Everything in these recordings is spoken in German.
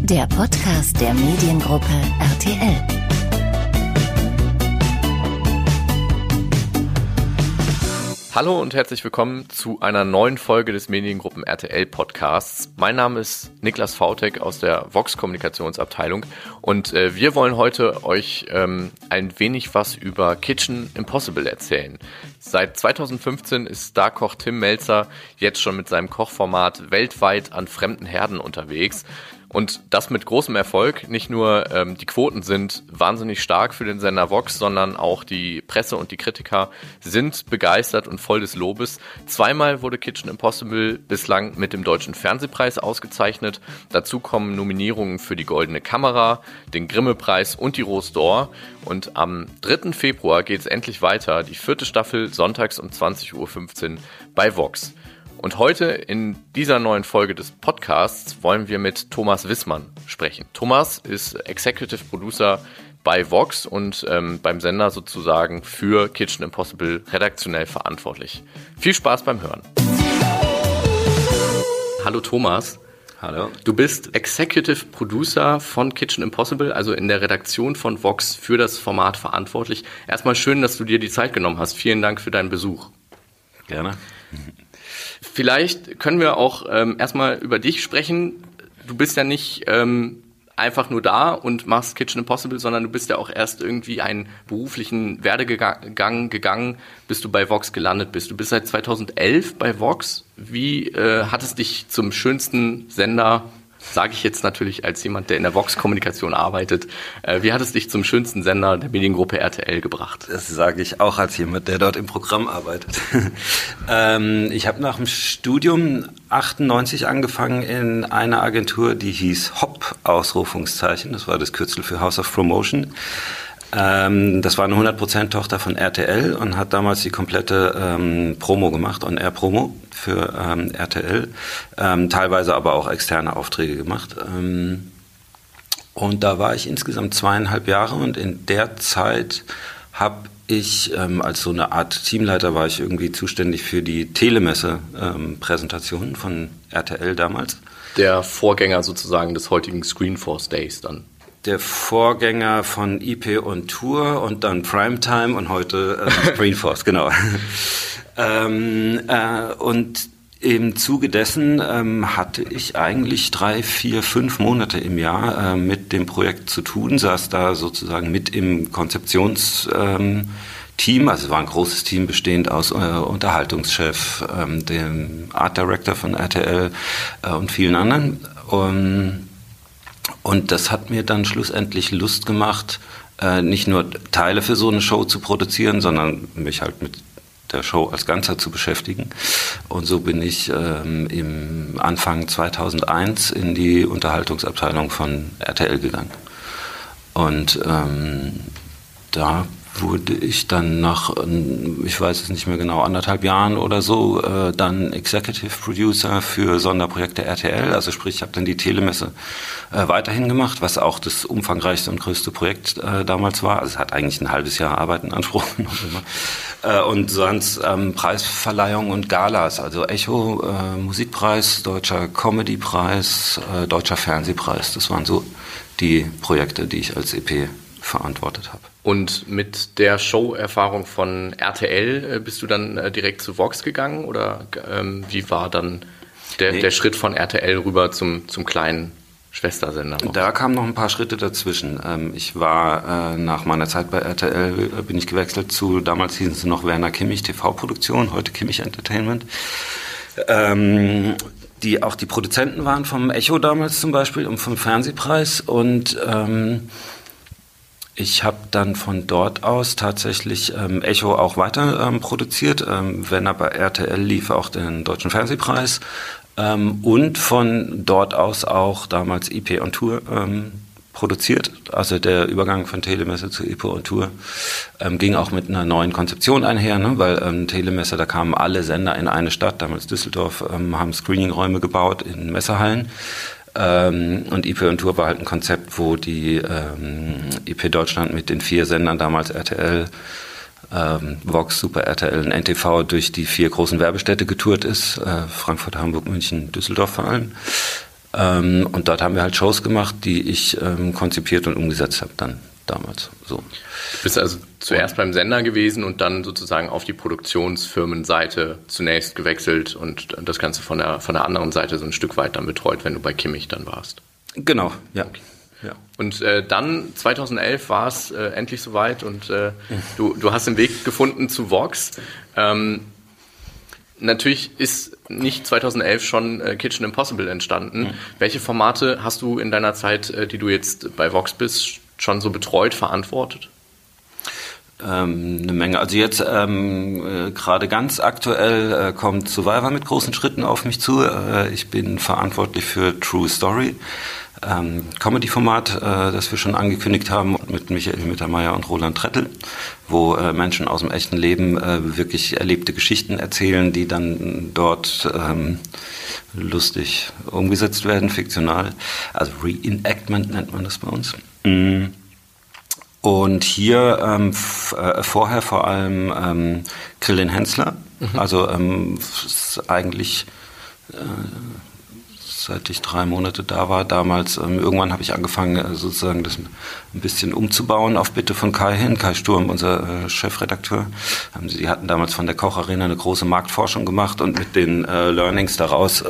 der Podcast der Mediengruppe RTL. Hallo und herzlich willkommen zu einer neuen Folge des Mediengruppen RTL Podcasts. Mein Name ist Niklas Vautek aus der Vox Kommunikationsabteilung und wir wollen heute euch ein wenig was über Kitchen Impossible erzählen. Seit 2015 ist Starkoch Tim Mälzer jetzt schon mit seinem Kochformat weltweit an fremden Herden unterwegs. Und das mit großem Erfolg. Nicht nur die Quoten sind wahnsinnig stark für den Sender Vox, sondern auch die Presse und die Kritiker sind begeistert und voll des Lobes. Zweimal wurde Kitchen Impossible bislang mit dem Deutschen Fernsehpreis ausgezeichnet. Dazu kommen Nominierungen für die Goldene Kamera, den Grimme-Preis und die Rose d'Or. Und am 3. Februar geht es endlich weiter, die 4. Staffel sonntags um 20.15 Uhr bei Vox. Und heute in dieser neuen Folge des Podcasts wollen wir mit Thomas Wissmann sprechen. Thomas ist Executive Producer bei Vox und beim Sender sozusagen für Kitchen Impossible redaktionell verantwortlich. Viel Spaß beim Hören. Hallo Thomas. Hallo. Du bist Executive Producer von Kitchen Impossible, also in der Redaktion von Vox für das Format verantwortlich. Erstmal schön, dass du dir die Zeit genommen hast. Vielen Dank für deinen Besuch. Gerne. Vielleicht können wir auch erstmal über dich sprechen. Du bist ja nicht einfach nur da und machst Kitchen Impossible, sondern du bist ja auch erst irgendwie einen beruflichen Werdegang gegangen, bis du bei Vox gelandet bist. Du bist seit 2011 bei Vox. Wie hat es dich zum schönsten Sender, sage ich jetzt natürlich als jemand, der in der Vox-Kommunikation arbeitet, wie hat es dich zum schönsten Sender der Mediengruppe RTL gebracht? Das sage ich auch als jemand, der dort im Programm arbeitet. Ich habe nach dem Studium 98 angefangen in einer Agentur, die hieß HOP, Ausrufungszeichen. Das war das Kürzel für House of Promotion. Das war eine 100% Tochter von RTL und hat damals die komplette Promo gemacht, On-Air-Promo für RTL, teilweise aber auch externe Aufträge gemacht. Und da war ich insgesamt 2,5 Jahre und in der Zeit habe ich als so eine Art Teamleiter war ich irgendwie zuständig für die Telemesse-Präsentationen von RTL damals. Der Vorgänger sozusagen des heutigen Screenforce Days dann. Der Vorgänger von IP on Tour und dann Primetime und heute Screenforce, genau. Und im Zuge dessen hatte ich eigentlich 3, 4, 5 Monate im Jahr mit dem Projekt zu tun, saß da sozusagen mit im Konzeptionsteam, also es war ein großes Team bestehend aus Unterhaltungschef, dem Art Director von RTL und vielen anderen. Und das hat mir dann schlussendlich Lust gemacht, nicht nur Teile für so eine Show zu produzieren, sondern mich halt mit der Show als Ganzer zu beschäftigen. Und so bin ich im Anfang 2001 in die Unterhaltungsabteilung von RTL gegangen. Und da wurde ich dann nach, ich weiß es nicht mehr genau, 1,5 Jahren oder so, dann Executive Producer für Sonderprojekte RTL. Also sprich, ich habe dann die Telemesse weiterhin gemacht, was auch das umfangreichste und größte Projekt damals war. Also es hat eigentlich ein halbes Jahr Arbeit in Anspruch genommen. Und sonst Preisverleihung und Galas, also Echo, Musikpreis, Deutscher Comedypreis, Deutscher Fernsehpreis. Das waren so die Projekte, die ich als EP verantwortet habe. Und mit der Show-Erfahrung von RTL bist du dann direkt zu Vox gegangen oder wie war dann der Schritt von RTL rüber zum kleinen Schwestersender? Da kamen noch ein paar Schritte dazwischen. Ich war nach meiner Zeit bei RTL, bin ich gewechselt zu, damals hießen sie noch Werner Kimmich TV-Produktion, heute Kimmich Entertainment. Die auch die Produzenten waren vom Echo damals zum Beispiel und vom Fernsehpreis und ich habe dann von dort aus tatsächlich Echo auch weiter produziert. Wenn er bei RTL lief, auch den Deutschen Fernsehpreis. Und von dort aus auch damals IP on Tour produziert. Also der Übergang von Telemesse zu IP on Tour ging auch mit einer neuen Konzeption einher, ne? Weil Telemesse, da kamen alle Sender in eine Stadt, damals Düsseldorf, haben Screeningräume gebaut in Messehallen. Und IP on Tour war halt ein Konzept, wo die IP Deutschland mit den 4 Sendern, damals RTL, Vox, Super RTL und NTV durch die 4 großen Werbestädte getourt ist, Frankfurt, Hamburg, München, Düsseldorf vor allem. Und dort haben wir halt Shows gemacht, die ich konzipiert und umgesetzt habe dann damals. So. Du bist also zuerst beim Sender gewesen und dann sozusagen auf die Produktionsfirmenseite zunächst gewechselt und das Ganze von der anderen Seite so ein Stück weit dann betreut, wenn du bei Kimmich dann warst. Genau, ja. Okay. Ja. Und dann 2011 war es endlich soweit und du hast den Weg gefunden zu Vox. Natürlich ist nicht 2011 schon Kitchen Impossible entstanden. Welche Formate hast du in deiner Zeit, die du jetzt bei Vox bist, schon so betreut, verantwortet? Eine Menge. Also jetzt gerade ganz aktuell kommt Survivor mit großen Schritten auf mich zu. Ich bin verantwortlich für True Story, Comedy-Format, das wir schon angekündigt haben mit Michael Mittermeier und Roland Trettel, wo Menschen aus dem echten Leben wirklich erlebte Geschichten erzählen, die dann dort lustig umgesetzt werden, fiktional. Also Reenactment nennt man das bei uns. Und hier vorher vor allem Krillen Hensler, also ist eigentlich seit ich 3 Monate da war, damals, irgendwann habe ich angefangen, sozusagen das ein bisschen umzubauen, auf Bitte von Kai Sturm, unser Chefredakteur. Sie hatten damals von der Koch Arena eine große Marktforschung gemacht und mit den Learnings daraus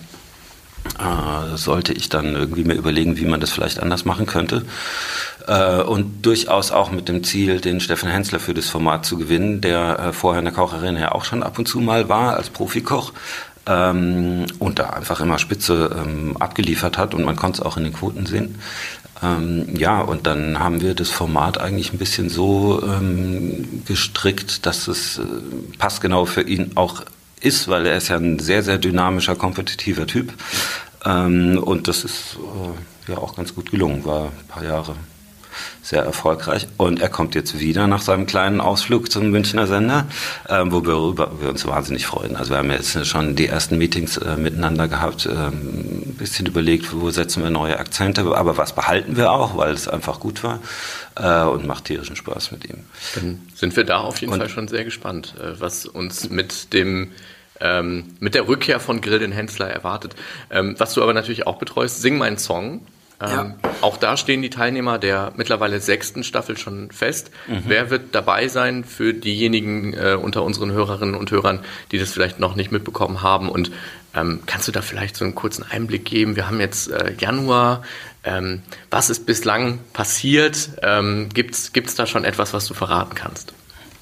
sollte ich dann irgendwie mir überlegen, wie man das vielleicht anders machen könnte. Und durchaus auch mit dem Ziel, den Steffen Hensler für das Format zu gewinnen, der vorher in der Koch Arena ja auch schon ab und zu mal war als Profikoch. Und da einfach immer spitze abgeliefert hat und man konnte es auch in den Quoten sehen. Ja, und dann haben wir das Format eigentlich ein bisschen so gestrickt, dass es passgenau für ihn auch ist, weil er ist ja ein sehr, sehr dynamischer, kompetitiver Typ. Und das ist ja auch ganz gut gelungen, war ein paar Jahre sehr erfolgreich. Und er kommt jetzt wieder nach seinem kleinen Ausflug zum Münchner Sender, worüber wir uns wahnsinnig freuen. Also wir haben jetzt schon die ersten Meetings miteinander gehabt, ein bisschen überlegt, wo setzen wir neue Akzente, aber was behalten wir auch, weil es einfach gut war und macht tierischen Spaß mit ihm. Dann sind wir da auf jeden Fall schon sehr gespannt, was uns mit der Rückkehr von Grill den Hensler erwartet. Was du aber natürlich auch betreust, Sing meinen Song. Ja. Auch da stehen die Teilnehmer der mittlerweile 6. Staffel schon fest. Wer wird dabei sein für diejenigen unter unseren Hörerinnen und Hörern, die das vielleicht noch nicht mitbekommen haben? Und kannst du da vielleicht so einen kurzen Einblick geben? Wir haben jetzt Januar. Was ist bislang passiert? Gibt's da schon etwas, was du verraten kannst?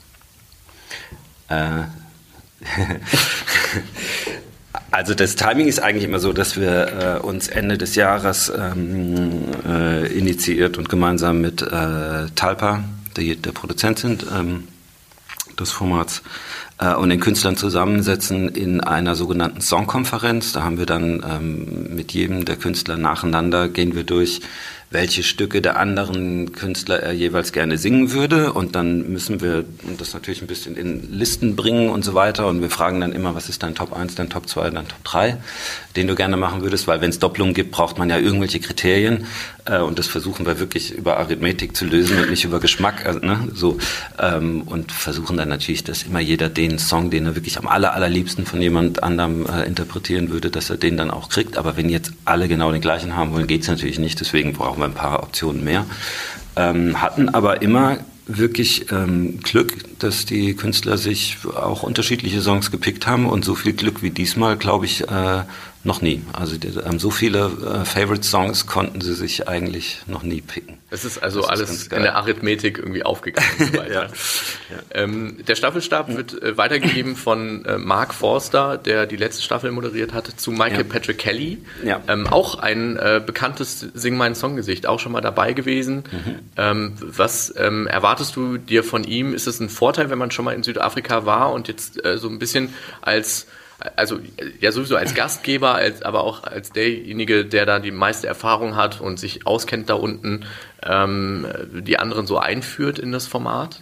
Also das Timing ist eigentlich immer so, dass wir uns Ende des Jahres initiiert und gemeinsam mit Talpa, der Produzent sind des Formats, und den Künstlern zusammensetzen in einer sogenannten Songkonferenz. Da haben wir dann mit jedem der Künstler nacheinander, gehen wir durch, welche Stücke der anderen Künstler er jeweils gerne singen würde. Und dann müssen wir das natürlich ein bisschen in Listen bringen und so weiter. Und wir fragen dann immer, was ist dein Top 1, dein Top 2, dein Top 3, den du gerne machen würdest. Weil wenn es Doppelungen gibt, braucht man ja irgendwelche Kriterien. Und das versuchen wir wirklich über Arithmetik zu lösen und nicht über Geschmack. Also, und versuchen dann natürlich, dass immer jeder den Song, den er wirklich am allerliebsten von jemand anderem interpretieren würde, dass er den dann auch kriegt. Aber wenn jetzt alle genau den gleichen haben wollen, geht es natürlich nicht. Deswegen brauchen wir ein paar Optionen mehr. Hatten aber immer wirklich Glück, dass die Künstler sich auch unterschiedliche Songs gepickt haben und so viel Glück wie diesmal, glaube ich, noch nie. Also so viele Favorite-Songs konnten sie sich eigentlich noch nie picken. Es ist also alles in der Arithmetik irgendwie aufgegangen. Und so weiter. Ja. Der Staffelstab wird weitergegeben von Mark Forster, der die letzte Staffel moderiert hat, zu Michael Patrick Kelly. Ja. Auch ein bekanntes Sing mein Song-Gesicht, auch schon mal dabei gewesen. Was erwartest du dir von ihm? Ist es ein Vorteil, wenn man schon mal in Südafrika war und jetzt so ein bisschen sowieso als Gastgeber, aber auch als derjenige, der da die meiste Erfahrung hat und sich auskennt da unten, die anderen so einführt in das Format?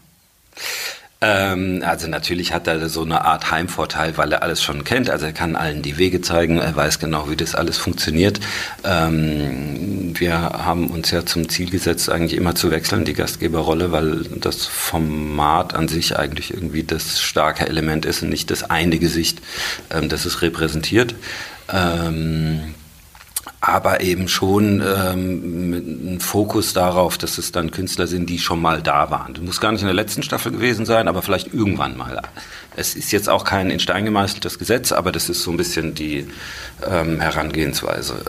Also natürlich hat er so eine Art Heimvorteil, weil er alles schon kennt. Also er kann allen die Wege zeigen, er weiß genau, wie das alles funktioniert. Wir haben uns ja zum Ziel gesetzt, eigentlich immer zu wechseln, die Gastgeberrolle, weil das Format an sich eigentlich irgendwie das starke Element ist und nicht das eine Gesicht, das es repräsentiert. aber eben schon mit einem Fokus darauf, dass es dann Künstler sind, die schon mal da waren. Du musst gar nicht in der letzten Staffel gewesen sein, aber vielleicht irgendwann mal. Es ist jetzt auch kein in Stein gemeißeltes Gesetz, aber das ist so ein bisschen die Herangehensweise.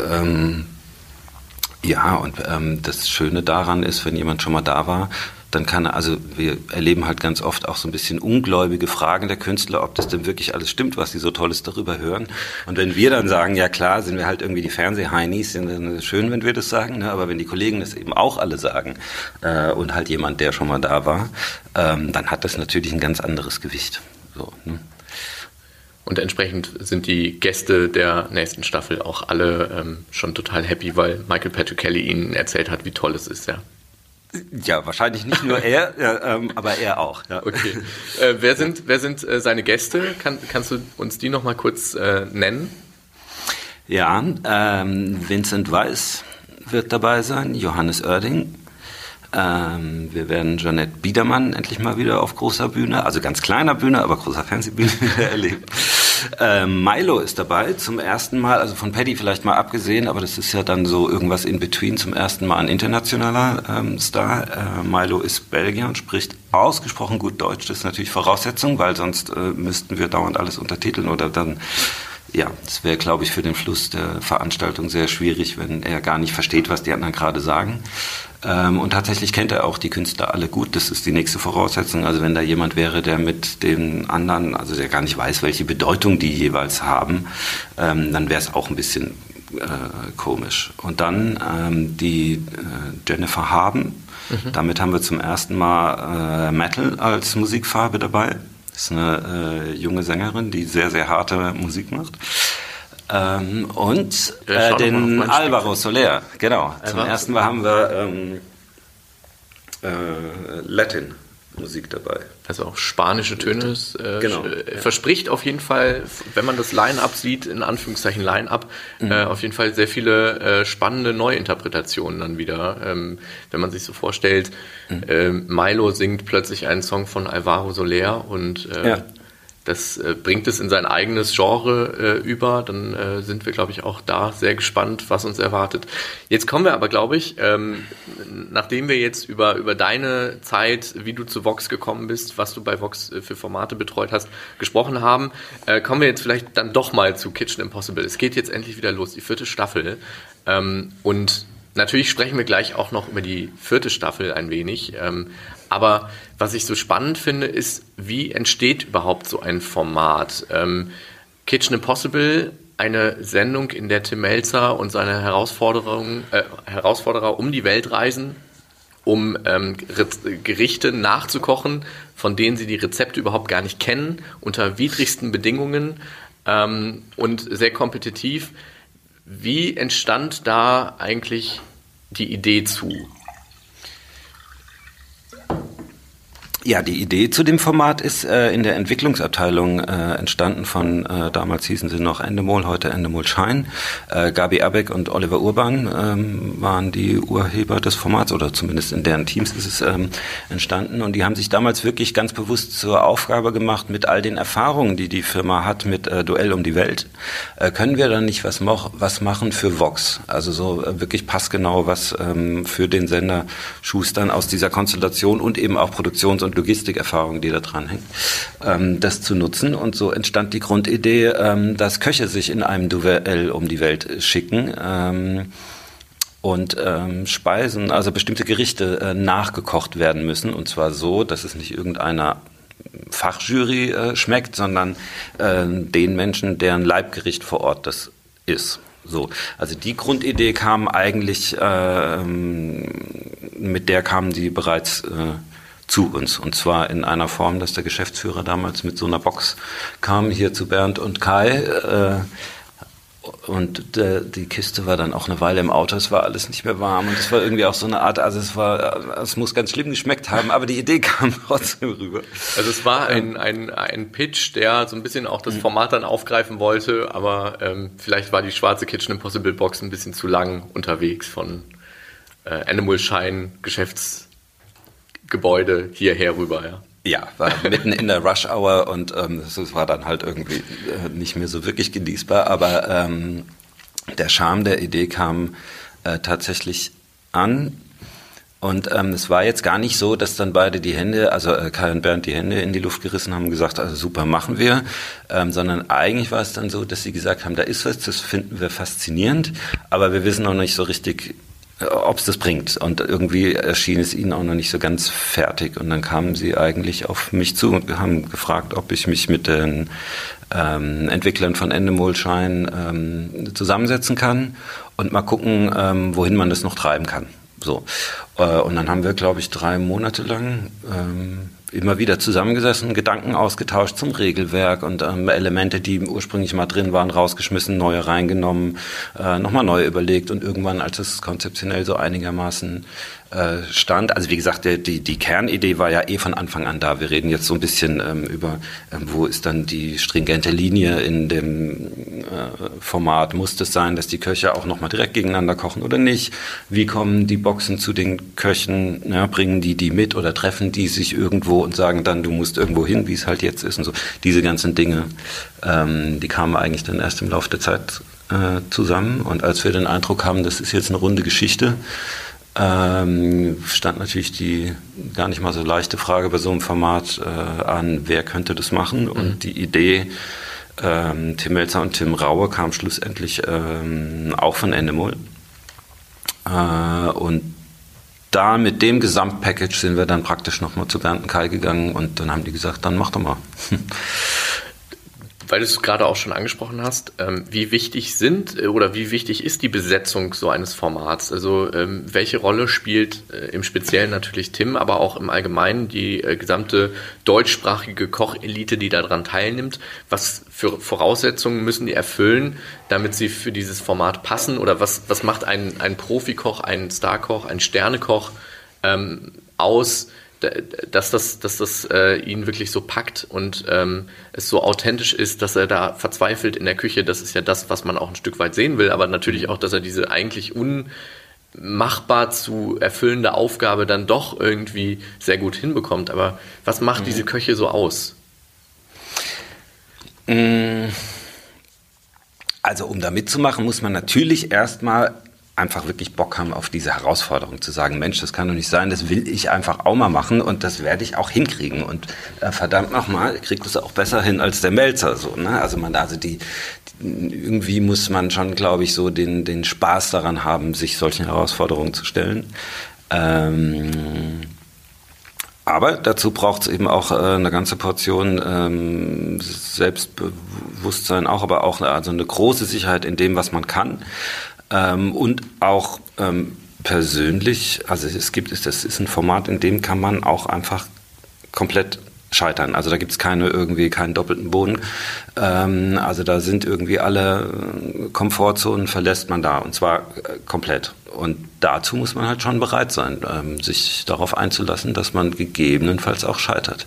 Das Schöne daran ist, wenn jemand schon mal da war, dann wir erleben halt ganz oft auch so ein bisschen ungläubige Fragen der Künstler, ob das denn wirklich alles stimmt, was sie so Tolles darüber hören. Und wenn wir dann sagen, ja klar, sind wir halt irgendwie die Fernsehheinis, sind dann schön, wenn wir das sagen, ne? Aber wenn die Kollegen das eben auch alle sagen und halt jemand, der schon mal da war, dann hat das natürlich ein ganz anderes Gewicht. So, ne? Und entsprechend sind die Gäste der nächsten Staffel auch alle schon total happy, weil Michael Patrick Kelly ihnen erzählt hat, wie toll es ist, ja. Ja, wahrscheinlich nicht nur er, aber er auch. Ja. Okay. Wer sind seine Gäste? Kannst du uns die noch mal kurz nennen? Ja, Vincent Weiss wird dabei sein, Johannes Oerding. Wir werden Jeanette Biedermann endlich mal wieder auf großer Bühne, also ganz kleiner Bühne, aber großer Fernsehbühne erleben. Milo ist dabei zum ersten Mal, also von Paddy vielleicht mal abgesehen, aber das ist ja dann so irgendwas in between, zum ersten Mal ein internationaler Star. Milo ist Belgier und spricht ausgesprochen gut Deutsch. Das ist natürlich Voraussetzung, weil sonst müssten wir dauernd alles untertiteln oder dann, ja, das wäre, glaube ich, für den Fluss der Veranstaltung sehr schwierig, wenn er gar nicht versteht, was die anderen gerade sagen. Und tatsächlich kennt er auch die Künstler alle gut. Das ist die nächste Voraussetzung. Also wenn da jemand wäre, der mit den anderen, also der gar nicht weiß, welche Bedeutung die jeweils haben, dann wäre es auch ein bisschen komisch. Und dann die Jennifer Haben. Damit haben wir zum ersten Mal Metal als Musikfarbe dabei. Das ist eine junge Sängerin, die sehr, sehr harte Musik macht. Und den Alvaro Soler, genau. Zum ersten Mal haben wir Latin-Musik dabei. Also auch spanische Töne. Genau. Verspricht auf jeden Fall, wenn man das Line-Up sieht, in Anführungszeichen Line-Up, auf jeden Fall sehr viele spannende Neuinterpretationen dann wieder. Wenn man sich so vorstellt, Milo singt plötzlich einen Song von Alvaro Soler und das bringt es in sein eigenes Genre über, dann sind wir, glaube ich, auch da sehr gespannt, was uns erwartet. Jetzt kommen wir aber, glaube ich, nachdem wir jetzt über deine Zeit, wie du zu Vox gekommen bist, was du bei Vox für Formate betreut hast, gesprochen haben, kommen wir jetzt vielleicht dann doch mal zu Kitchen Impossible. Es geht jetzt endlich wieder los, die 4. Staffel. Und natürlich sprechen wir gleich auch noch über die 4. Staffel ein wenig. Aber was ich so spannend finde, ist, wie entsteht überhaupt so ein Format? Kitchen Impossible, eine Sendung, in der Tim Melzer und seine Herausforderer um die Welt reisen, um Gerichte nachzukochen, von denen sie die Rezepte überhaupt gar nicht kennen, unter widrigsten Bedingungen und sehr kompetitiv. Wie entstand da eigentlich die Idee zu? Ja, die Idee zu dem Format ist in der Entwicklungsabteilung entstanden von, damals hießen sie noch Endemol, heute Endemol Shine. Gabi Abeck und Oliver Urban waren die Urheber des Formats, oder zumindest in deren Teams ist es entstanden. Und die haben sich damals wirklich ganz bewusst zur Aufgabe gemacht, mit all den Erfahrungen, die die Firma hat mit Duell um die Welt, können wir dann nicht was machen für Vox? Also so wirklich passgenau was für den Sender schustern aus dieser Konstellation und eben auch Produktions- und Logistikerfahrung, die da dran hängt, das zu nutzen. Und so entstand die Grundidee, dass Köche sich in einem Duell um die Welt schicken und Speisen, also bestimmte Gerichte nachgekocht werden müssen. Und zwar so, dass es nicht irgendeiner Fachjury schmeckt, sondern den Menschen, deren Leibgericht vor Ort das ist. So, also die Grundidee kam eigentlich, mit der kamen die bereits zu uns. Und zwar in einer Form, dass der Geschäftsführer damals mit so einer Box kam, hier zu Bernd und Kai. Und die Kiste war dann auch eine Weile im Auto, es war alles nicht mehr warm. Und es war irgendwie auch so eine Art, also es muss ganz schlimm geschmeckt haben, aber die Idee kam trotzdem rüber. Also es war ein Pitch, der so ein bisschen auch das Format dann aufgreifen wollte, aber vielleicht war die schwarze Kitchen Impossible Box ein bisschen zu lang unterwegs von Endemol Shine Geschäftsgebäude hierher rüber, ja. Ja, war mitten in der Rush Hour und es war dann halt irgendwie nicht mehr so wirklich genießbar, aber der Charme der Idee kam tatsächlich an. Und es war jetzt gar nicht so, dass dann beide die Hände, also Kai und Bernd die Hände in die Luft gerissen haben und gesagt, also super, machen wir. Sondern eigentlich war es dann so, dass sie gesagt haben, da ist was, das finden wir faszinierend, aber wir wissen noch nicht so richtig, ob es das bringt. Und irgendwie erschien es ihnen auch noch nicht so ganz fertig. Und dann kamen sie eigentlich auf mich zu und haben gefragt, ob ich mich mit den Entwicklern von Endemol Shine zusammensetzen kann und mal gucken, wohin man das noch treiben kann. So. Und dann haben wir, glaube ich, 3 Monate lang immer wieder zusammengesessen, Gedanken ausgetauscht zum Regelwerk und Elemente, die ursprünglich mal drin waren, rausgeschmissen, neue reingenommen, nochmal neu überlegt und irgendwann, als es konzeptionell so einigermaßen stand, also wie gesagt, die Kernidee war ja von Anfang an da. Wir reden jetzt so ein bisschen über, wo ist dann die stringente Linie in dem Format? Muss es sein, dass die Köche auch nochmal direkt gegeneinander kochen oder nicht? Wie kommen die Boxen zu den Köchen? Ja, bringen die mit oder treffen die sich irgendwo und sagen dann, du musst irgendwo hin, wie es halt jetzt ist und so. Diese ganzen Dinge, die kamen eigentlich dann erst im Laufe der Zeit zusammen. Und als wir den Eindruck haben, das ist jetzt eine runde Geschichte, stand natürlich die gar nicht mal so leichte Frage bei so einem Format an, wer könnte das machen? Und die Idee, Tim Melzer und Tim Raue, kam schlussendlich auch von Endemol. Und da mit dem Gesamtpackage sind wir dann praktisch nochmal zu Bernd und Kai gegangen und dann haben die gesagt, dann mach doch mal. Weil du es gerade auch schon angesprochen hast, wie wichtig wie wichtig ist die Besetzung so eines Formats? Also welche Rolle spielt im Speziellen natürlich Tim, aber auch im Allgemeinen die gesamte deutschsprachige Kochelite, die daran teilnimmt? Was für Voraussetzungen müssen die erfüllen, damit sie für dieses Format passen? Oder was macht ein Profikoch, ein Starkoch, ein Sternekoch aus, dass das ihn wirklich so packt und es so authentisch ist, dass er da verzweifelt in der Küche. Das ist ja das, was man auch ein Stück weit sehen will, aber natürlich auch, dass er diese eigentlich unmachbar zu erfüllende Aufgabe dann doch irgendwie sehr gut hinbekommt. Aber was macht diese Köche so aus? Also um da mitzumachen, muss man natürlich erstmal einfach wirklich Bock haben auf diese Herausforderung, zu sagen, Mensch, das kann doch nicht sein, das will ich einfach auch mal machen und das werde ich auch hinkriegen und verdammt nochmal, kriegt das auch besser hin als der Melzer, so, ne? Irgendwie muss man schon, glaube ich, so den Spaß daran haben, sich solchen Herausforderungen zu stellen. Aber dazu braucht es eben auch eine ganze Portion Selbstbewusstsein auch, aber auch also eine große Sicherheit in dem, was man kann. Und auch persönlich, also das ist ein Format, in dem kann man auch einfach komplett scheitern. Also da gibt es keinen doppelten Boden. Also da sind irgendwie alle Komfortzonen, verlässt man da und zwar komplett. Und dazu muss man halt schon bereit sein, sich darauf einzulassen, dass man gegebenenfalls auch scheitert.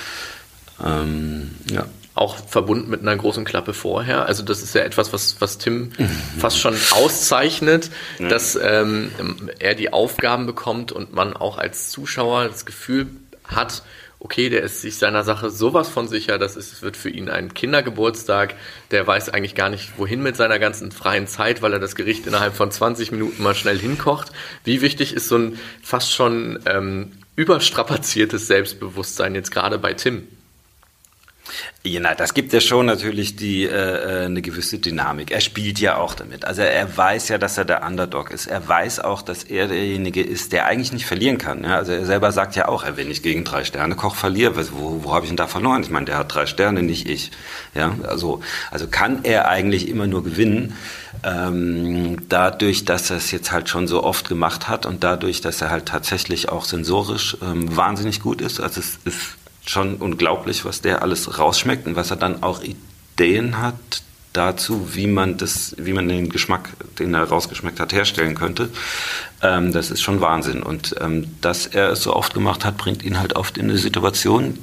Ja. Auch verbunden mit einer großen Klappe vorher. Also das ist ja etwas, was Tim fast schon auszeichnet, dass er die Aufgaben bekommt und man auch als Zuschauer das Gefühl hat, okay, der ist sich seiner Sache sowas von sicher, es wird für ihn ein Kindergeburtstag, der weiß eigentlich gar nicht, wohin mit seiner ganzen freien Zeit, weil er das Gericht innerhalb von 20 Minuten mal schnell hinkocht. Wie wichtig ist so ein fast schon überstrapaziertes Selbstbewusstsein jetzt gerade bei Tim? Ja, das gibt ja schon natürlich eine gewisse Dynamik. Er spielt ja auch damit. Also er weiß ja, dass er der Underdog ist. Er weiß auch, dass er derjenige ist, der eigentlich nicht verlieren kann. Ja, also er selber sagt ja auch, er will nicht gegen 3-Sterne-Koch verlieren. Wo habe ich ihn da verloren? Ich meine, der hat 3 Sterne, nicht ich. Ja, also kann er eigentlich immer nur gewinnen. Dadurch, dass er es jetzt halt schon so oft gemacht hat und dadurch, dass er halt tatsächlich auch sensorisch wahnsinnig gut ist. Also es ist schon unglaublich, was der alles rausschmeckt und was er dann auch Ideen hat dazu, wie man den Geschmack, den er rausgeschmeckt hat, herstellen könnte. Das ist schon Wahnsinn. Und dass er es so oft gemacht hat, bringt ihn halt oft in eine Situation,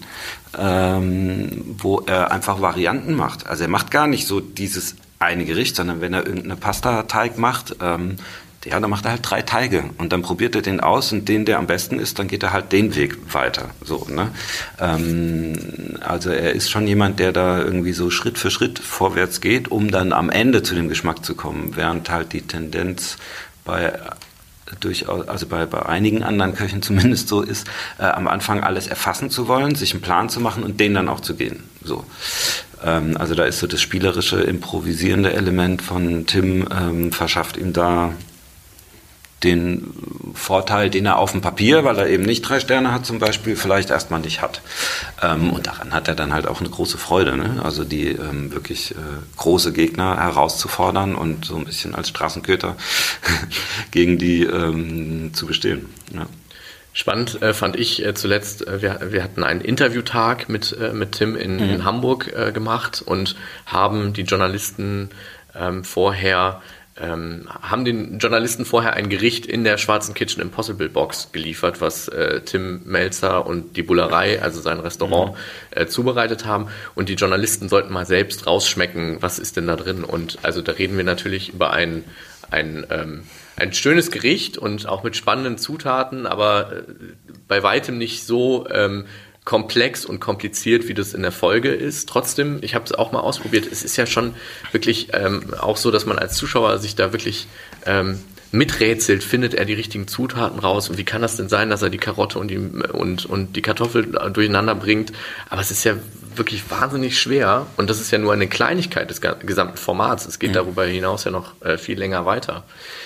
wo er einfach Varianten macht. Also er macht gar nicht so dieses eine Gericht, sondern wenn er irgendeine Pastateig macht, dann macht er halt 3 Teige und dann probiert er den aus und der am besten ist, dann geht er halt den Weg weiter. So, ne? Also er ist schon jemand, der da irgendwie so Schritt für Schritt vorwärts geht, um dann am Ende zu dem Geschmack zu kommen, während halt die Tendenz bei einigen anderen Köchen zumindest so ist, am Anfang alles erfassen zu wollen, sich einen Plan zu machen und den dann auch zu gehen. So. Also da ist so das spielerische, improvisierende Element von Tim, verschafft ihm da den Vorteil, den er auf dem Papier, weil er eben nicht 3 Sterne hat zum Beispiel, vielleicht erstmal nicht hat. Und daran hat er dann halt auch eine große Freude, ne? Also die wirklich große Gegner herauszufordern und so ein bisschen als Straßenköter gegen die zu bestehen. Ja. Spannend fand ich zuletzt, wir hatten einen Interviewtag mit Tim in Hamburg gemacht und haben die Journalisten haben den Journalisten vorher ein Gericht in der schwarzen Kitchen Impossible Box geliefert, was Tim Mälzer und die Bullerei, also sein Restaurant, zubereitet haben. Und die Journalisten sollten mal selbst rausschmecken, was ist denn da drin. Und also da reden wir natürlich über ein schönes Gericht und auch mit spannenden Zutaten, aber bei weitem nicht so komplex und kompliziert, wie das in der Folge ist. Trotzdem, ich habe es auch mal ausprobiert, es ist ja schon wirklich auch so, dass man als Zuschauer sich da wirklich miträtselt, findet er die richtigen Zutaten raus und wie kann das denn sein, dass er die Karotte und die Kartoffel durcheinander bringt. Aber es ist ja wirklich wahnsinnig schwer und das ist ja nur eine Kleinigkeit des gesamten Formats. Es geht darüber hinaus ja noch viel länger weiter.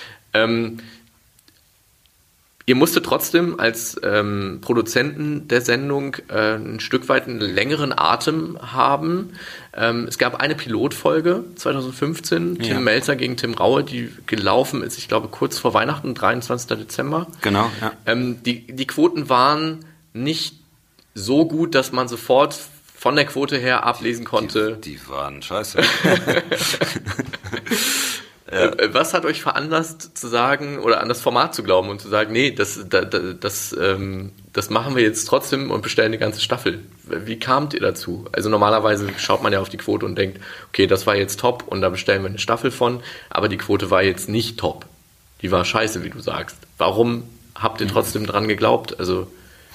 Ihr musstet trotzdem als Produzenten der Sendung ein Stück weit einen längeren Atem haben. Es gab eine Pilotfolge 2015, Tim Mälzer gegen Tim Raue, die gelaufen ist, ich glaube, kurz vor Weihnachten, 23. Dezember. Genau, ja. Die Quoten waren nicht so gut, dass man sofort von der Quote her ablesen konnte. Die waren scheiße. Ja. Was hat euch veranlasst zu sagen oder an das Format zu glauben und zu sagen, nee, das machen wir jetzt trotzdem und bestellen die ganze Staffel? Wie kamt ihr dazu? Also normalerweise schaut man ja auf die Quote und denkt, okay, das war jetzt top und da bestellen wir eine Staffel von, aber die Quote war jetzt nicht top. Die war scheiße, wie du sagst. Warum habt ihr trotzdem dran geglaubt? Also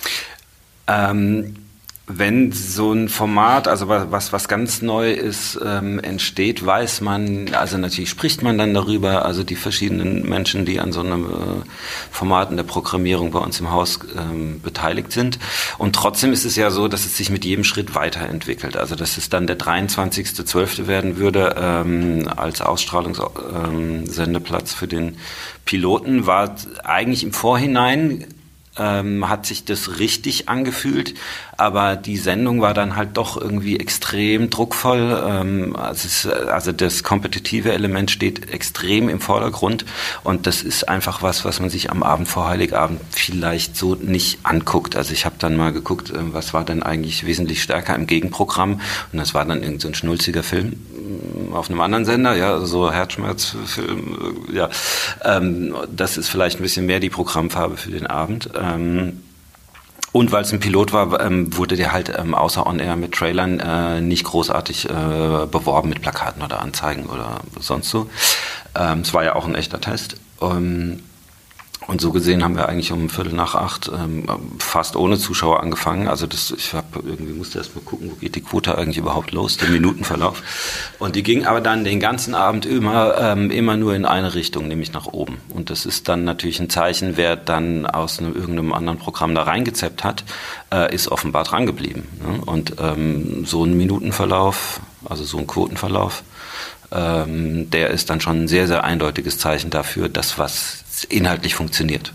wenn so ein Format, also was ganz neu ist, entsteht, weiß man, also natürlich spricht man dann darüber, also die verschiedenen Menschen, die an so einem Format in der Programmierung bei uns im Haus beteiligt sind. Und trotzdem ist es ja so, dass es sich mit jedem Schritt weiterentwickelt. Also dass es dann der 23.12. werden würde als Ausstrahlungssendeplatz für den Piloten, war eigentlich im Vorhinein hat sich das richtig angefühlt, aber die Sendung war dann halt doch irgendwie extrem druckvoll. Also das kompetitive Element steht extrem im Vordergrund und das ist einfach was man sich am Abend vor Heiligabend vielleicht so nicht anguckt. Also ich habe dann mal geguckt, was war denn eigentlich wesentlich stärker im Gegenprogramm und das war dann irgend so ein schnulziger Film auf einem anderen Sender, ja, so Herzschmerzfilm, ja. Das ist vielleicht ein bisschen mehr die Programmfarbe für den Abend. Und weil es ein Pilot war, wurde der halt außer On-Air mit Trailern nicht großartig beworben mit Plakaten oder Anzeigen oder sonst so. Es war ja auch ein echter Test. Und so gesehen haben wir eigentlich um 7:45 fast ohne Zuschauer angefangen. Also musste erst mal gucken, wo geht die Quote eigentlich überhaupt los, den Minutenverlauf. Und die ging aber dann den ganzen Abend immer nur in eine Richtung, nämlich nach oben. Und das ist dann natürlich ein Zeichen, wer dann aus irgendeinem anderen Programm da reingezappt hat, ist offenbar dran geblieben. Ne? Und so ein Minutenverlauf, also so ein Quotenverlauf, der ist dann schon ein sehr, sehr eindeutiges Zeichen dafür, dass was inhaltlich funktioniert.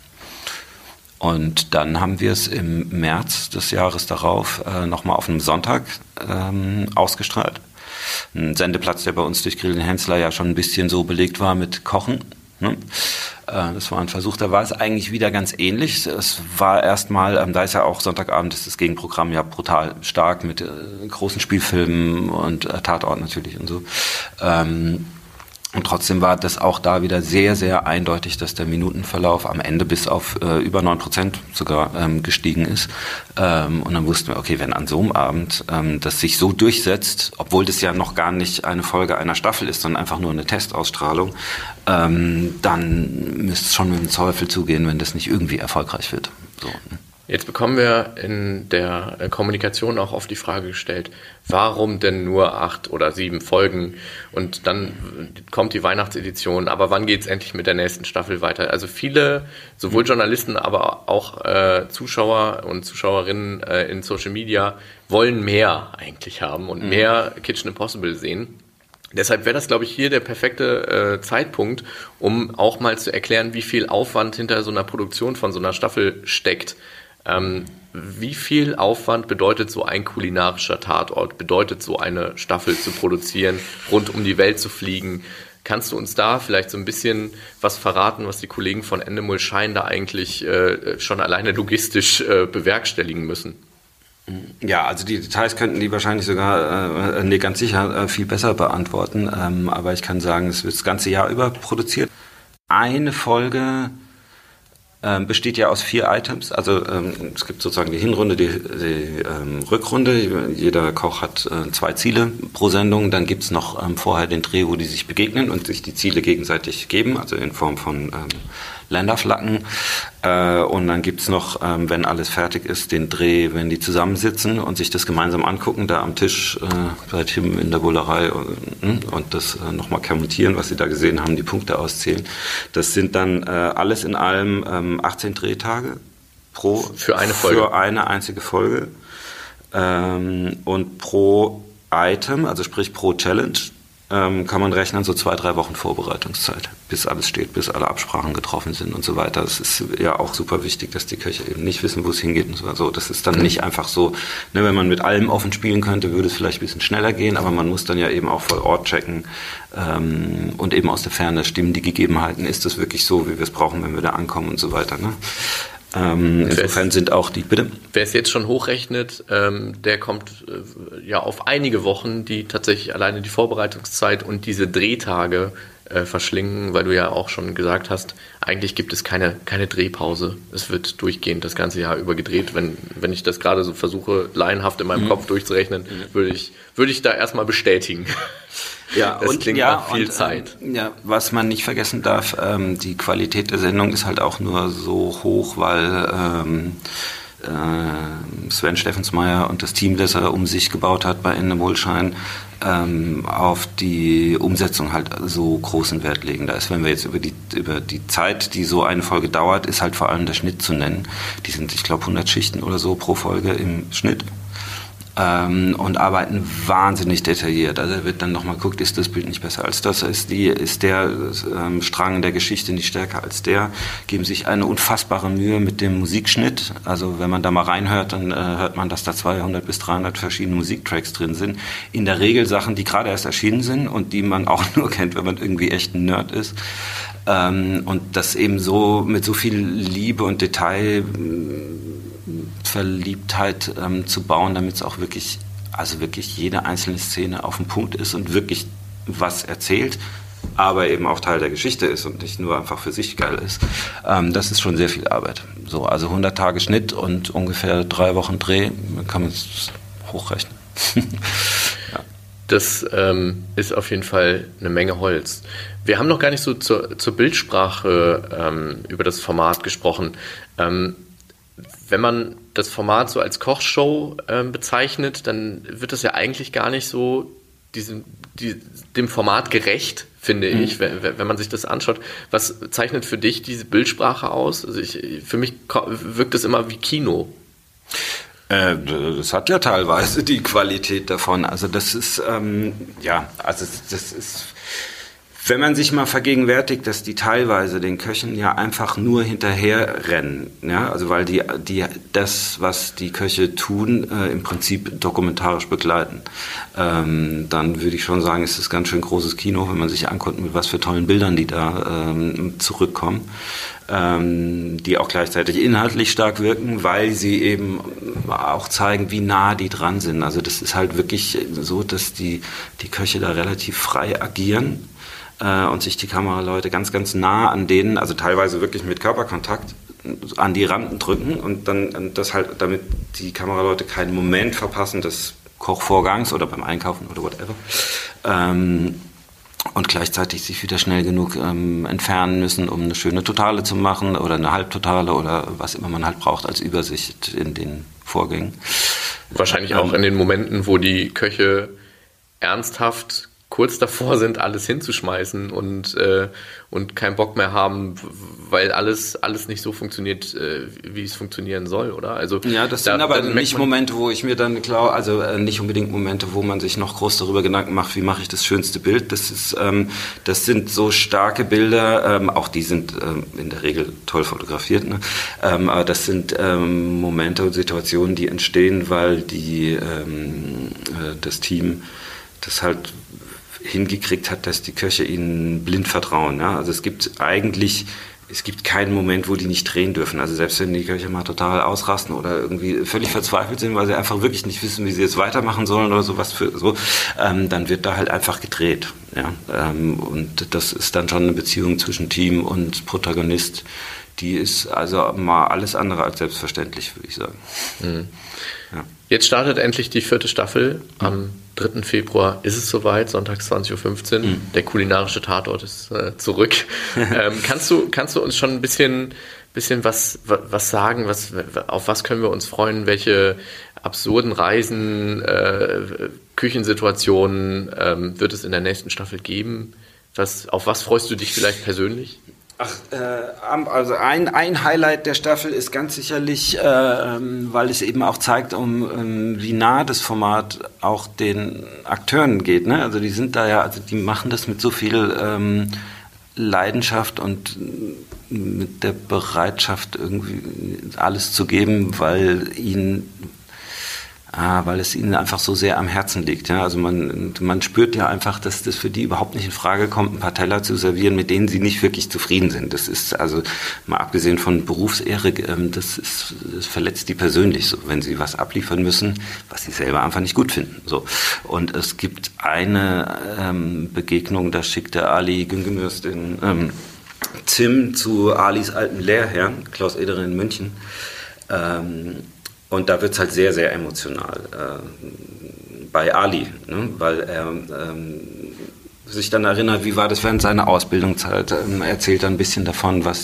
Und dann haben wir es im März des Jahres darauf nochmal auf einem Sonntag ausgestrahlt. Ein Sendeplatz, der bei uns durch Grillen Hensler ja schon ein bisschen so belegt war mit Kochen. Ne? Das war ein Versuch, da war es eigentlich wieder ganz ähnlich. Es war erstmal, da ist ja auch Sonntagabend, ist das Gegenprogramm ja brutal stark mit großen Spielfilmen und Tatort natürlich und so. Und trotzdem war das auch da wieder sehr, sehr eindeutig, dass der Minutenverlauf am Ende bis auf über 9% sogar gestiegen ist. Und dann wussten wir, okay, wenn an so einem Abend das sich so durchsetzt, obwohl das ja noch gar nicht eine Folge einer Staffel ist, sondern einfach nur eine Testausstrahlung, dann müsste es schon mit dem Teufel zugehen, wenn das nicht irgendwie erfolgreich wird. So. Jetzt bekommen wir in der Kommunikation auch oft die Frage gestellt, warum denn nur 8 oder 7 Folgen und dann kommt die Weihnachtsedition, aber wann geht es endlich mit der nächsten Staffel weiter? Also viele, sowohl Journalisten, aber auch Zuschauer und Zuschauerinnen in Social Media wollen mehr eigentlich haben und mehr Kitchen Impossible sehen. Deshalb wäre das, glaube ich, hier der perfekte Zeitpunkt, um auch mal zu erklären, wie viel Aufwand hinter so einer Produktion von so einer Staffel steckt. Wie viel Aufwand bedeutet so ein kulinarischer Tatort, bedeutet so eine Staffel zu produzieren, rund um die Welt zu fliegen? Kannst du uns da vielleicht so ein bisschen was verraten, was die Kollegen von Endemol Shine da eigentlich schon alleine logistisch bewerkstelligen müssen? Ja, also die Details könnten die wahrscheinlich sogar, ganz sicher, viel besser beantworten. Aber ich kann sagen, es wird das ganze Jahr über produziert. Eine Folge besteht ja aus 4 Items. Also es gibt sozusagen die Hinrunde, die Rückrunde. Jeder Koch hat 2 Ziele pro Sendung. Dann gibt's noch vorher den Dreh, wo die sich begegnen und sich die Ziele gegenseitig geben, also in Form von Länderflaggen. Und dann gibt's noch, wenn alles fertig ist, den Dreh, wenn die zusammensitzen und sich das gemeinsam angucken, da am Tisch bei Tim in der Bullerei und das nochmal kommentieren, was sie da gesehen haben, die Punkte auszählen. Das sind dann alles in allem 18 Drehtage für eine einzige Folge. Und pro Item, also sprich pro Challenge, kann man rechnen, so 2-3 Wochen Vorbereitungszeit, bis alles steht, bis alle Absprachen getroffen sind und so weiter. Es ist ja auch super wichtig, dass die Köche eben nicht wissen, wo es hingeht und so. Also das ist dann nicht einfach so, ne, wenn man mit allem offen spielen könnte, würde es vielleicht ein bisschen schneller gehen, aber man muss dann ja eben auch vor Ort checken und eben aus der Ferne stimmen die Gegebenheiten. Ist das wirklich so, wie wir es brauchen, wenn wir da ankommen und so weiter, ne? Insofern sind auch die, bitte? Wer es jetzt schon hochrechnet, der kommt ja auf einige Wochen, die tatsächlich alleine die Vorbereitungszeit und diese Drehtage verschlingen, weil du ja auch schon gesagt hast, eigentlich gibt es keine Drehpause. Es wird durchgehend das ganze Jahr über gedreht. Wenn ich das gerade so versuche, laienhaft in meinem Kopf durchzurechnen, würde ich da erstmal bestätigen. Ja, das klingt nach viel Zeit. Ja, was man nicht vergessen darf, die Qualität der Sendung ist halt auch nur so hoch, weil Sven Steffensmeier und das Team, das er um sich gebaut hat bei Endemol Shine, auf die Umsetzung halt so großen Wert legen. Da ist, wenn wir jetzt über die Zeit, die so eine Folge dauert, ist halt vor allem der Schnitt zu nennen. Die sind, ich glaube, 100 Schichten oder so pro Folge im Schnitt. Und arbeiten wahnsinnig detailliert. Also wird dann nochmal geguckt, ist das Bild nicht besser als das? Ist der Strang der Geschichte nicht stärker als der? Geben sich eine unfassbare Mühe mit dem Musikschnitt. Also wenn man da mal reinhört, dann hört man, dass da 200 bis 300 verschiedene Musiktracks drin sind. In der Regel Sachen, die gerade erst erschienen sind und die man auch nur kennt, wenn man irgendwie echt ein Nerd ist. Und das eben so mit so viel Liebe und Detailverliebtheit zu bauen, damit es auch wirklich jede einzelne Szene auf den Punkt ist und wirklich was erzählt, aber eben auch Teil der Geschichte ist und nicht nur einfach für sich geil ist. Das ist schon sehr viel Arbeit. So, also 100 Tage Schnitt und ungefähr 3 Wochen Dreh, kann man es hochrechnen. Ja. Das ist auf jeden Fall eine Menge Holz. Wir haben noch gar nicht so zur Bildsprache über das Format gesprochen. Wenn man das Format so als Kochshow bezeichnet, dann wird das ja eigentlich gar nicht so dem Format gerecht, finde ich, wenn man sich das anschaut. Was zeichnet für dich diese Bildsprache aus? Also für mich wirkt das immer wie Kino. Das hat ja teilweise die Qualität davon. Also das ist, das ist, wenn man sich mal vergegenwärtigt, dass die teilweise den Köchen ja einfach nur hinterher rennen, ja, also weil die das, was die Köche tun, im Prinzip dokumentarisch begleiten, dann würde ich schon sagen, ist das ganz schön großes Kino, wenn man sich anguckt, mit was für tollen Bildern die da zurückkommen, die auch gleichzeitig inhaltlich stark wirken, weil sie eben auch zeigen, wie nah die dran sind. Also das ist halt wirklich so, dass die Köche da relativ frei agieren und sich die Kameraleute ganz, ganz nah an denen, also teilweise wirklich mit Körperkontakt, an die Randen drücken und dann das halt, damit die Kameraleute keinen Moment verpassen des Kochvorgangs oder beim Einkaufen oder whatever. und gleichzeitig sich wieder schnell genug entfernen müssen, um eine schöne Totale zu machen oder eine Halbtotale oder was immer man halt braucht als Übersicht in den Vorgängen. Wahrscheinlich auch in den Momenten, wo die Köche ernsthaft kurz davor sind, alles hinzuschmeißen und keinen Bock mehr haben, weil alles nicht so funktioniert, wie es funktionieren soll, oder? Also ja, das sind aber nicht Momente, wo ich mir dann nicht unbedingt Momente, wo man sich noch groß darüber Gedanken macht, wie mache ich das schönste Bild. Das sind so starke Bilder, auch die sind in der Regel toll fotografiert, ne? Aber das sind Momente und Situationen, die entstehen, weil das Team das halt hingekriegt hat, dass die Köche ihnen blind vertrauen. Ja? Also es gibt keinen Moment, wo die nicht drehen dürfen. Also selbst wenn die Köche mal total ausrasten oder irgendwie völlig verzweifelt sind, weil sie einfach wirklich nicht wissen, wie sie jetzt weitermachen sollen oder sowas dann wird da halt einfach gedreht. Ja? Und das ist dann schon eine Beziehung zwischen Team und Protagonist, die ist also mal alles andere als selbstverständlich, würde ich sagen. Mhm. Ja. Jetzt startet endlich die 4. Staffel. Am 3. Februar ist es soweit, sonntags 20.15 Uhr. Der kulinarische Tatort ist zurück. Kannst du uns schon ein bisschen was sagen? Auf was können wir uns freuen? Welche absurden Reisen, Küchensituationen wird es in der nächsten Staffel geben? Auf was freust du dich vielleicht persönlich? Also ein Highlight der Staffel ist ganz sicherlich, weil es eben auch zeigt, wie nah das Format auch den Akteuren geht. Ne? Also die sind da ja, also die machen das mit so viel Leidenschaft und mit der Bereitschaft, irgendwie alles zu geben, weil es ihnen einfach so sehr am Herzen liegt. Ja? Also man spürt ja einfach, dass das für die überhaupt nicht in Frage kommt, ein paar Teller zu servieren, mit denen sie nicht wirklich zufrieden sind. Das ist also, mal abgesehen von Berufsehre, das verletzt die persönlich, so, wenn sie was abliefern müssen, was sie selber einfach nicht gut finden. So. Und es gibt eine Begegnung, da schickt der Ali Güngönüz den Tim zu Alis alten Lehrherrn, Klaus Ederer in München. Und da wird es halt sehr, sehr emotional bei Ali, ne? Weil er sich dann erinnert, wie war das während seiner Ausbildungszeit. Er erzählt dann ein bisschen davon, was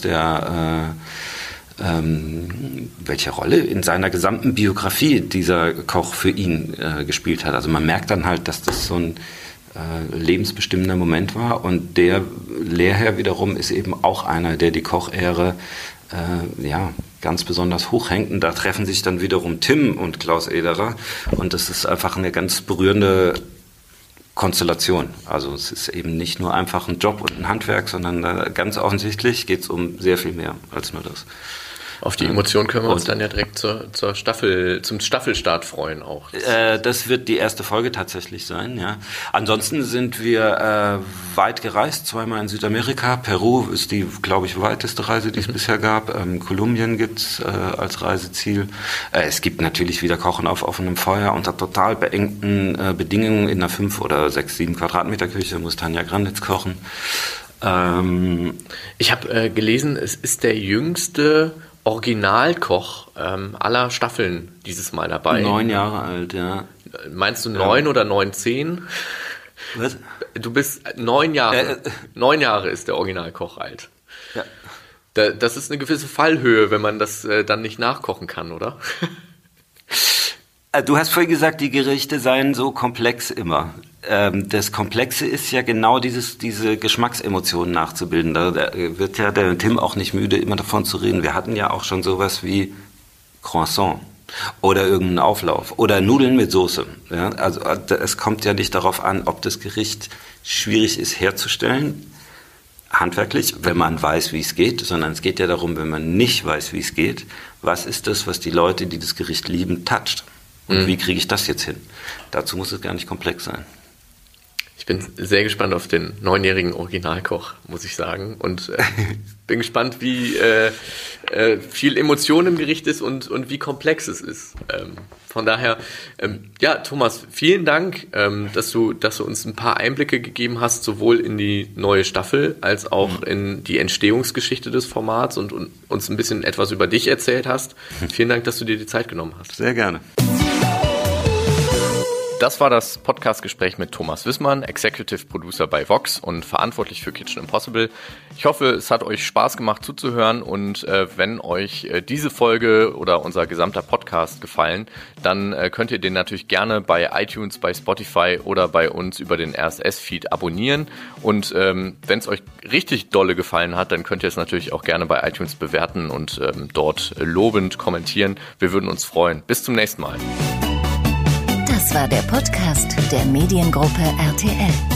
welche Rolle in seiner gesamten Biografie dieser Koch für ihn gespielt hat. Also man merkt dann halt, dass das so ein lebensbestimmender Moment war. Und der Lehrherr wiederum ist eben auch einer, der die Kochehre ganz besonders hochhängt. Und da treffen sich dann wiederum Tim und Klaus Ederer. Und das ist einfach eine ganz berührende Konstellation. Also es ist eben nicht nur einfach ein Job und ein Handwerk, sondern ganz offensichtlich geht es um sehr viel mehr als nur das. Auf die Emotion können wir uns dann ja direkt zum Staffelstart freuen auch. Das wird die erste Folge tatsächlich sein, ja. Ansonsten sind wir weit gereist, zweimal in Südamerika. Peru ist die, glaube ich, weiteste Reise, die es bisher gab. Kolumbien gibt's als Reiseziel. Es gibt natürlich wieder Kochen auf offenem Feuer unter total beengten Bedingungen in einer 5 oder 6, 7 Quadratmeter Küche muss Tanja Granditz kochen. Ich habe gelesen, es ist der jüngste Originalkoch aller Staffeln dieses Mal dabei. 9 Jahre alt, ja. Meinst du 9 oder 9, 10? Was? Du bist 9 Jahre. 9 Jahre ist der Originalkoch alt. Ja. Das ist eine gewisse Fallhöhe, wenn man das dann nicht nachkochen kann, oder? Du hast vorhin gesagt, die Gerichte seien so komplex immer. Das Komplexe ist ja genau diese Geschmacksemotionen nachzubilden. Da wird ja der Tim auch nicht müde, immer davon zu reden. Wir hatten ja auch schon sowas wie Croissant oder irgendeinen Auflauf oder Nudeln mit Soße. Ja? Also es kommt ja nicht darauf an, ob das Gericht schwierig ist herzustellen, handwerklich, wenn man weiß, wie es geht, sondern es geht ja darum, wenn man nicht weiß, wie es geht, was ist das, was die Leute, die das Gericht lieben, toucht? Und wie kriege ich das jetzt hin? Dazu muss es gar nicht komplex sein. Ich bin sehr gespannt auf den 9-jährigen Originalkoch, muss ich sagen. Und bin gespannt, wie viel Emotion im Gericht ist und wie komplex es ist. Von daher, Thomas, vielen Dank, dass du uns ein paar Einblicke gegeben hast, sowohl in die neue Staffel als auch in die Entstehungsgeschichte des Formats und uns ein bisschen etwas über dich erzählt hast. Vielen Dank, dass du dir die Zeit genommen hast. Sehr gerne. Das war das Podcast-Gespräch mit Thomas Wissmann, Executive Producer bei Vox und verantwortlich für Kitchen Impossible. Ich hoffe, es hat euch Spaß gemacht zuzuhören und wenn euch diese Folge oder unser gesamter Podcast gefallen, dann könnt ihr den natürlich gerne bei iTunes, bei Spotify oder bei uns über den RSS-Feed abonnieren. Und wenn es euch richtig dolle gefallen hat, dann könnt ihr es natürlich auch gerne bei iTunes bewerten und dort lobend kommentieren. Wir würden uns freuen. Bis zum nächsten Mal. Das war der Podcast der Mediengruppe RTL.